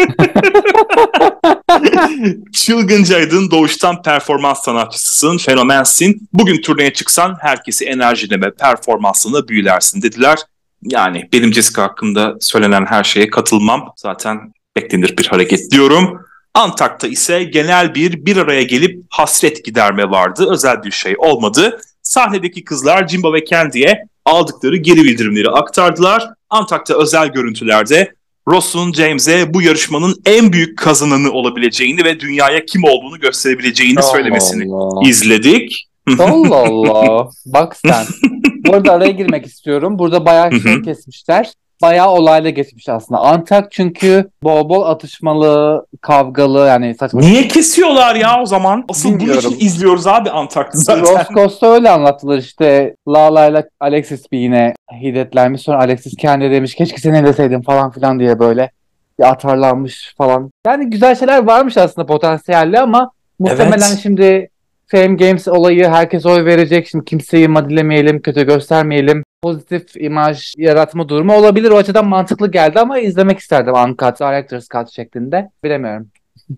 A: Çılgıncaydın, doğuştan performans sanatçısısın, fenomensin. Bugün turneye çıksan herkesi enerjileme, performansına büyülersin dediler. Yani benim Jessica hakkında söylenen her şeye katılmam. Zaten beklenir bir hareket diyorum. Antak'ta ise genel bir bir araya gelip hasret giderme vardı. Özel bir şey olmadı. Sahnedeki kızlar Jimbo ve Candy'ye aldıkları geri bildirimleri aktardılar. Antak'ta özel görüntülerde Ross'un James'e bu yarışmanın en büyük kazananı olabileceğini ve dünyaya kim olduğunu gösterebileceğini Allah söylemesini Allah. izledik.
B: Allah Allah. Bak sen. Bu arada araya girmek istiyorum. Burada bayağı şey kesmişler. Bayağı olayla geçmiş aslında. Antak çünkü bol bol atışmalı, kavgalı yani saçma.
A: Niye kesiyorlar ya o zaman? Asıl bunun için izliyoruz abi Antak'ta zaten.
B: Roscos'ta öyle anlattılar işte. Lala ile Alexis bir yine hiddetlenmiş. Sonra Alexis kendi demiş keşke seni eleseydim falan filan diye böyle atarlanmış falan. Yani güzel şeyler varmış aslında potansiyelli ama muhtemelen evet. Şimdi Fame Games olayı herkes oy verecek. Şimdi kimseyi madilemeyelim, kötü göstermeyelim. Pozitif imaj yaratma durumu olabilir. O açıdan mantıklı geldi ama izlemek isterdim Uncut, Director's Cut şeklinde. Bilemiyorum.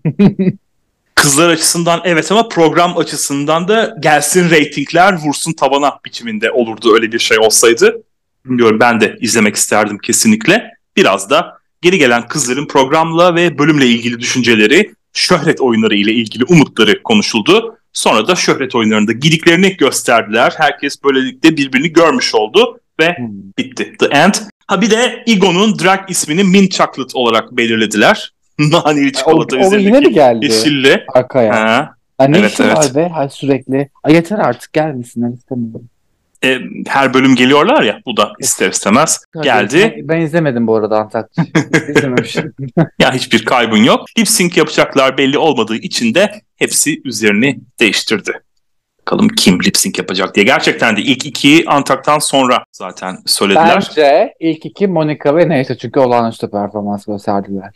A: Kızlar açısından evet ama program açısından da gelsin reytingler vursun tavana biçiminde olurdu öyle bir şey olsaydı. Bilmiyorum, ben de izlemek isterdim kesinlikle. Biraz da geri gelen kızların programla ve bölümle ilgili düşünceleri, şöhret oyunları ile ilgili umutları konuşuldu. Sonra da şöhret oyunlarında gidiklerini gösterdiler. Herkes böylelikle birbirini görmüş oldu ve hmm. bitti. The End. Ha bir de Egon'un drag ismini Mint Chocolate olarak belirlediler. Naneli çikolata
B: o,
A: üzerindeki
B: yine mi geldi?
A: Yeşilli.
B: Arkaya. Ha. Ha, ne evet, işin evet. var be? Ha, sürekli. Ha, yeter artık gelmesinler istemiyorum.
A: E, her bölüm geliyorlar ya, bu da ister istemez Tabii, geldi.
B: Ben, ben izlemedim bu arada Antakya. İzlememişim.
A: Ya hiçbir kaybın yok. Lip sync yapacaklar belli olmadığı için de hepsi üzerini değiştirdi. Bakalım kim lip sync yapacak diye. Gerçekten de ilk ikiyi Antak'tan sonra zaten söylediler.
B: Bence ilk iki Monica ve neyse çünkü olağanüstü performans gösterdiler.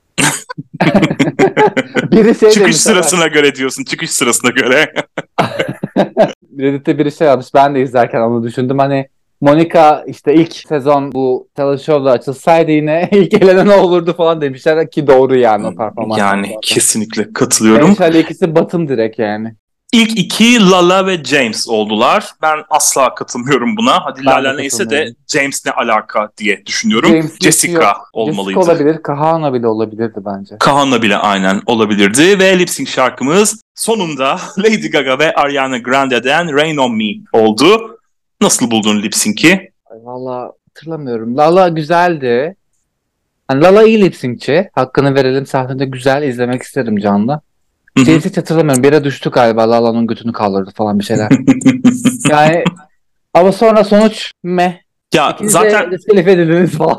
A: Biri şey çıkış sırasına var. Göre diyorsun. Çıkış sırasına göre.
B: Reddit'te biri şey yapmış. Ben de izlerken onu düşündüm. Hani Monica işte ilk sezon bu teleshow'da açılsaydı yine ilk elenen olurdu falan demişler ki doğru yani o performans.
A: Yani zaten. Kesinlikle katılıyorum.
B: Gençlerle ikisi batım direkt yani.
A: İlk iki Lala ve James oldular. Ben asla katılmıyorum buna. Hadi
B: Ben
A: Lala
B: de
A: neyse de
B: katılmıyorum.
A: James ne alaka diye düşünüyorum.
B: James
A: Jessica
B: yok.
A: olmalıydı.
B: Jessica olabilir. Kahana bile olabilirdi bence.
A: Kahana bile aynen olabilirdi. Ve lip sync şarkımız sonunda Lady Gaga ve Ariana Grande'den Rain On Me oldu. Nasıl buldun lip sync'i?
B: Ay, valla hatırlamıyorum. Lala güzeldi. Hani Lala iyi lip sync'çi. Hakkını verelim. Sahnede güzel, izlemek isterim canlı.
A: Hı hı.
B: James hiç hatırlamıyorum. Bir yere düştü galiba. Lala'nın götünü kaldırdı falan bir şeyler. Yani ama sonra sonuç meh.
A: Ya
B: İkiniz
A: zaten
B: de diskalifiye edildiniz falan.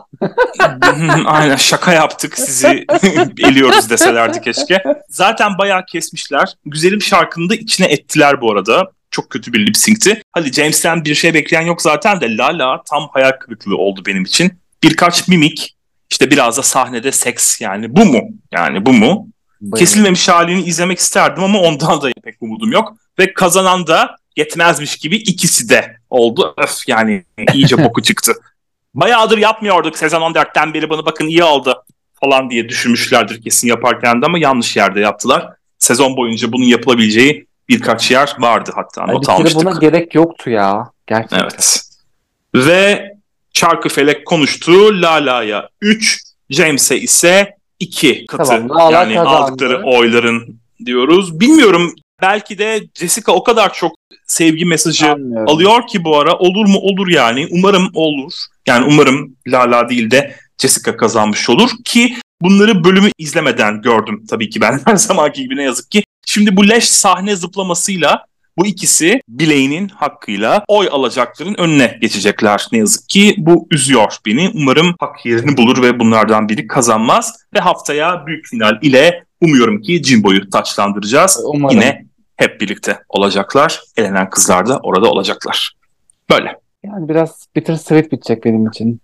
A: aynen şaka yaptık, sizi eliyoruz deselerdi keşke. Zaten bayağı kesmişler. Güzelim şarkının da içine ettiler bu arada. Çok kötü bir lip sync'ti. Hadi James'ten bir şey bekleyen yok zaten de Lala tam hayal kırıklığı oldu benim için. Birkaç mimik, işte biraz da sahnede seks, yani bu mu? Yani bu mu? Kesilmemiş halini izlemek isterdim ama ondan da pek umudum yok. Ve kazanan da yetmezmiş gibi ikisi de oldu. Öf, yani iyice boku çıktı. Bayağıdır yapmıyorduk sezon on dörtten beri, bunu bakın iyi oldu falan diye düşünmüşlerdir kesin yaparken de ama yanlış yerde yaptılar. Sezon boyunca bunun yapılabileceği birkaç yer vardı, hatta
B: Ay,
A: not
B: bir kere
A: almıştık.
B: buna gerek yoktu ya. Gerçekten.
A: Evet. Ve Çarkıfelek konuştu. Lala'ya üç, James'e ise iki katı.
B: Tamam, Lala
A: yani
B: kazandı.
A: aldıkları oyların diyoruz. Bilmiyorum, belki de Jessica o kadar çok sevgi mesajı
B: Anlıyorum.
A: alıyor ki bu ara. Olur mu? Olur yani. Umarım olur. Yani umarım Lala değil de Jessica kazanmış olur ki bunları bölümü izlemeden gördüm tabii ki ben her zamanki gibi, ne yazık ki. Şimdi bu leş sahne zıplamasıyla bu ikisi bileğinin hakkıyla oy alacakların önüne geçecekler. Ne yazık ki bu üzüyor beni. Umarım hak yerini bulur ve bunlardan biri kazanmaz. Ve haftaya büyük final ile umuyorum ki Jimbo'yu taçlandıracağız.
B: Umarım.
A: Yine hep birlikte olacaklar. Elenen kızlar da orada olacaklar. Böyle.
B: Yani biraz bitter sweet bitecek benim için.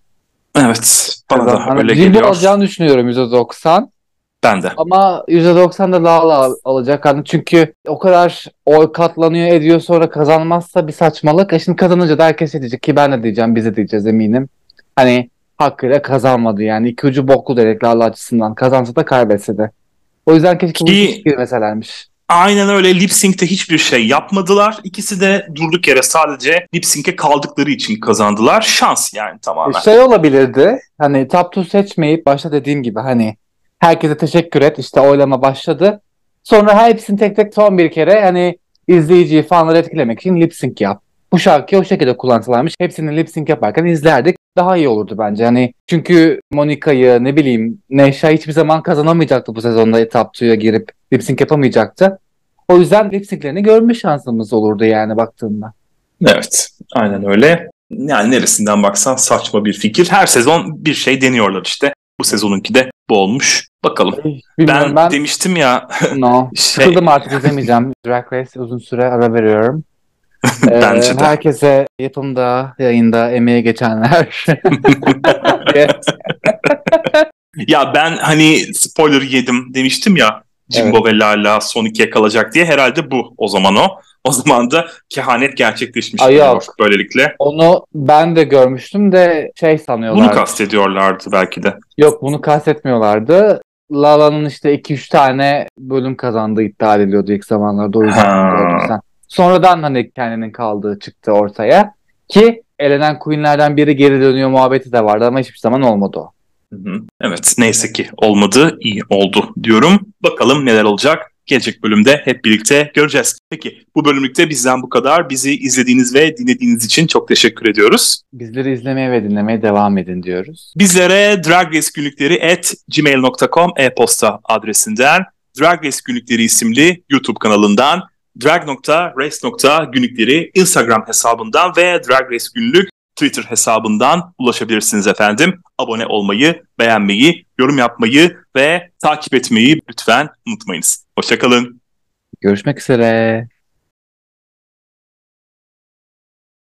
A: Evet. Bana da
B: Hani
A: öyle
B: Jimbo
A: geliyor.
B: alacağını düşünüyorum yüzde doksan.
A: Ben de.
B: Ama yüzde doksan da Lala alacak. Hani çünkü o kadar oy katlanıyor ediyor, sonra kazanmazsa bir saçmalık. E şimdi kazanınca da herkes şey diyecek ki ben de diyeceğim, bize diyeceğiz eminim. Hani hakkıyla kazanmadı yani. İki ucu boklu direkt Lala açısından. Kazansa da kaybetse de. O yüzden keşke bu
A: Ki-
B: hiç girmeselermiş.
A: Aynen öyle, lip sync'te hiçbir şey yapmadılar. İkisi de durduk yere sadece lip sync'e kaldıkları için kazandılar. Şans yani tamamen.
B: Şey olabilirdi. Hani top iki seçmeyip başta dediğim gibi hani herkese teşekkür et. İşte oylama başladı. Sonra hepsini tek tek son bir kere hani izleyiciyi, fanları etkilemek için lip sync yap. Bu şarkıyı o şekilde kullansalarmış. Hepsini lip sync yaparken izlerdik. Daha iyi olurdu bence. Hani çünkü Monica'yı, ne bileyim, Neşa hiçbir zaman kazanamayacaktı bu sezonda, top ikiye girip lip sync yapamayacaktı. O yüzden lip sync'lerini görme şansımız olurdu yani baktığında.
A: Evet, aynen öyle. Yani neresinden baksan saçma bir fikir. Her sezon bir şey deniyorlar işte. Bu sezonunki de bu olmuş. Bakalım.
B: Bilmiyorum,
A: Ben,
B: ben
A: demiştim ya.
B: no.
A: Şey-
B: Sıkıldım artık, izlemeyeceğim. Drag Race uzun süre ara veriyorum. Ee,
A: Bence de.
B: herkese yapımda, yayında emeğe geçenler.
A: Ya ben hani spoiler yedim demiştim ya. Jimbo
B: Evet.
A: ve Lala son ikiye kalacak diye. Herhalde bu o zaman o. O zaman da kehanet gerçekleşmiş
B: Ay,
A: oluyor
B: yok.
A: böylelikle.
B: Onu ben de görmüştüm de şey sanıyorlar.
A: Bunu kastediyorlardı belki de.
B: Yok, bunu kastetmiyorlardı. Lala'nın işte iki üç tane bölüm kazandığı iddia ediliyordu ilk zamanlarda. O yüzden
A: Ha.
B: gördüm sen. Sonradan hani kendinin kaldığı çıktı ortaya. Ki elenen Queen'lerden biri geri dönüyor muhabbeti de vardı ama hiçbir zaman olmadı o.
A: Hı hı. Evet, neyse ki olmadı, iyi oldu diyorum. Bakalım neler olacak. Gelecek bölümde hep birlikte göreceğiz. Peki bu bölümlükte bizden bu kadar. Bizi izlediğiniz ve dinlediğiniz için çok teşekkür ediyoruz.
B: Bizleri izlemeye ve dinlemeye devam edin diyoruz.
A: Bizlere Drag Race Günlükleri at gmail nokta com e-posta adresinden, Drag Race Günlükleri isimli YouTube kanalından, drag nokta race nokta günlükleri Instagram hesabından ve Drag Race Günlük Twitter hesabından ulaşabilirsiniz efendim. Abone olmayı, beğenmeyi, yorum yapmayı ve takip etmeyi lütfen unutmayınız. Hoşça kalın.
B: Görüşmek üzere.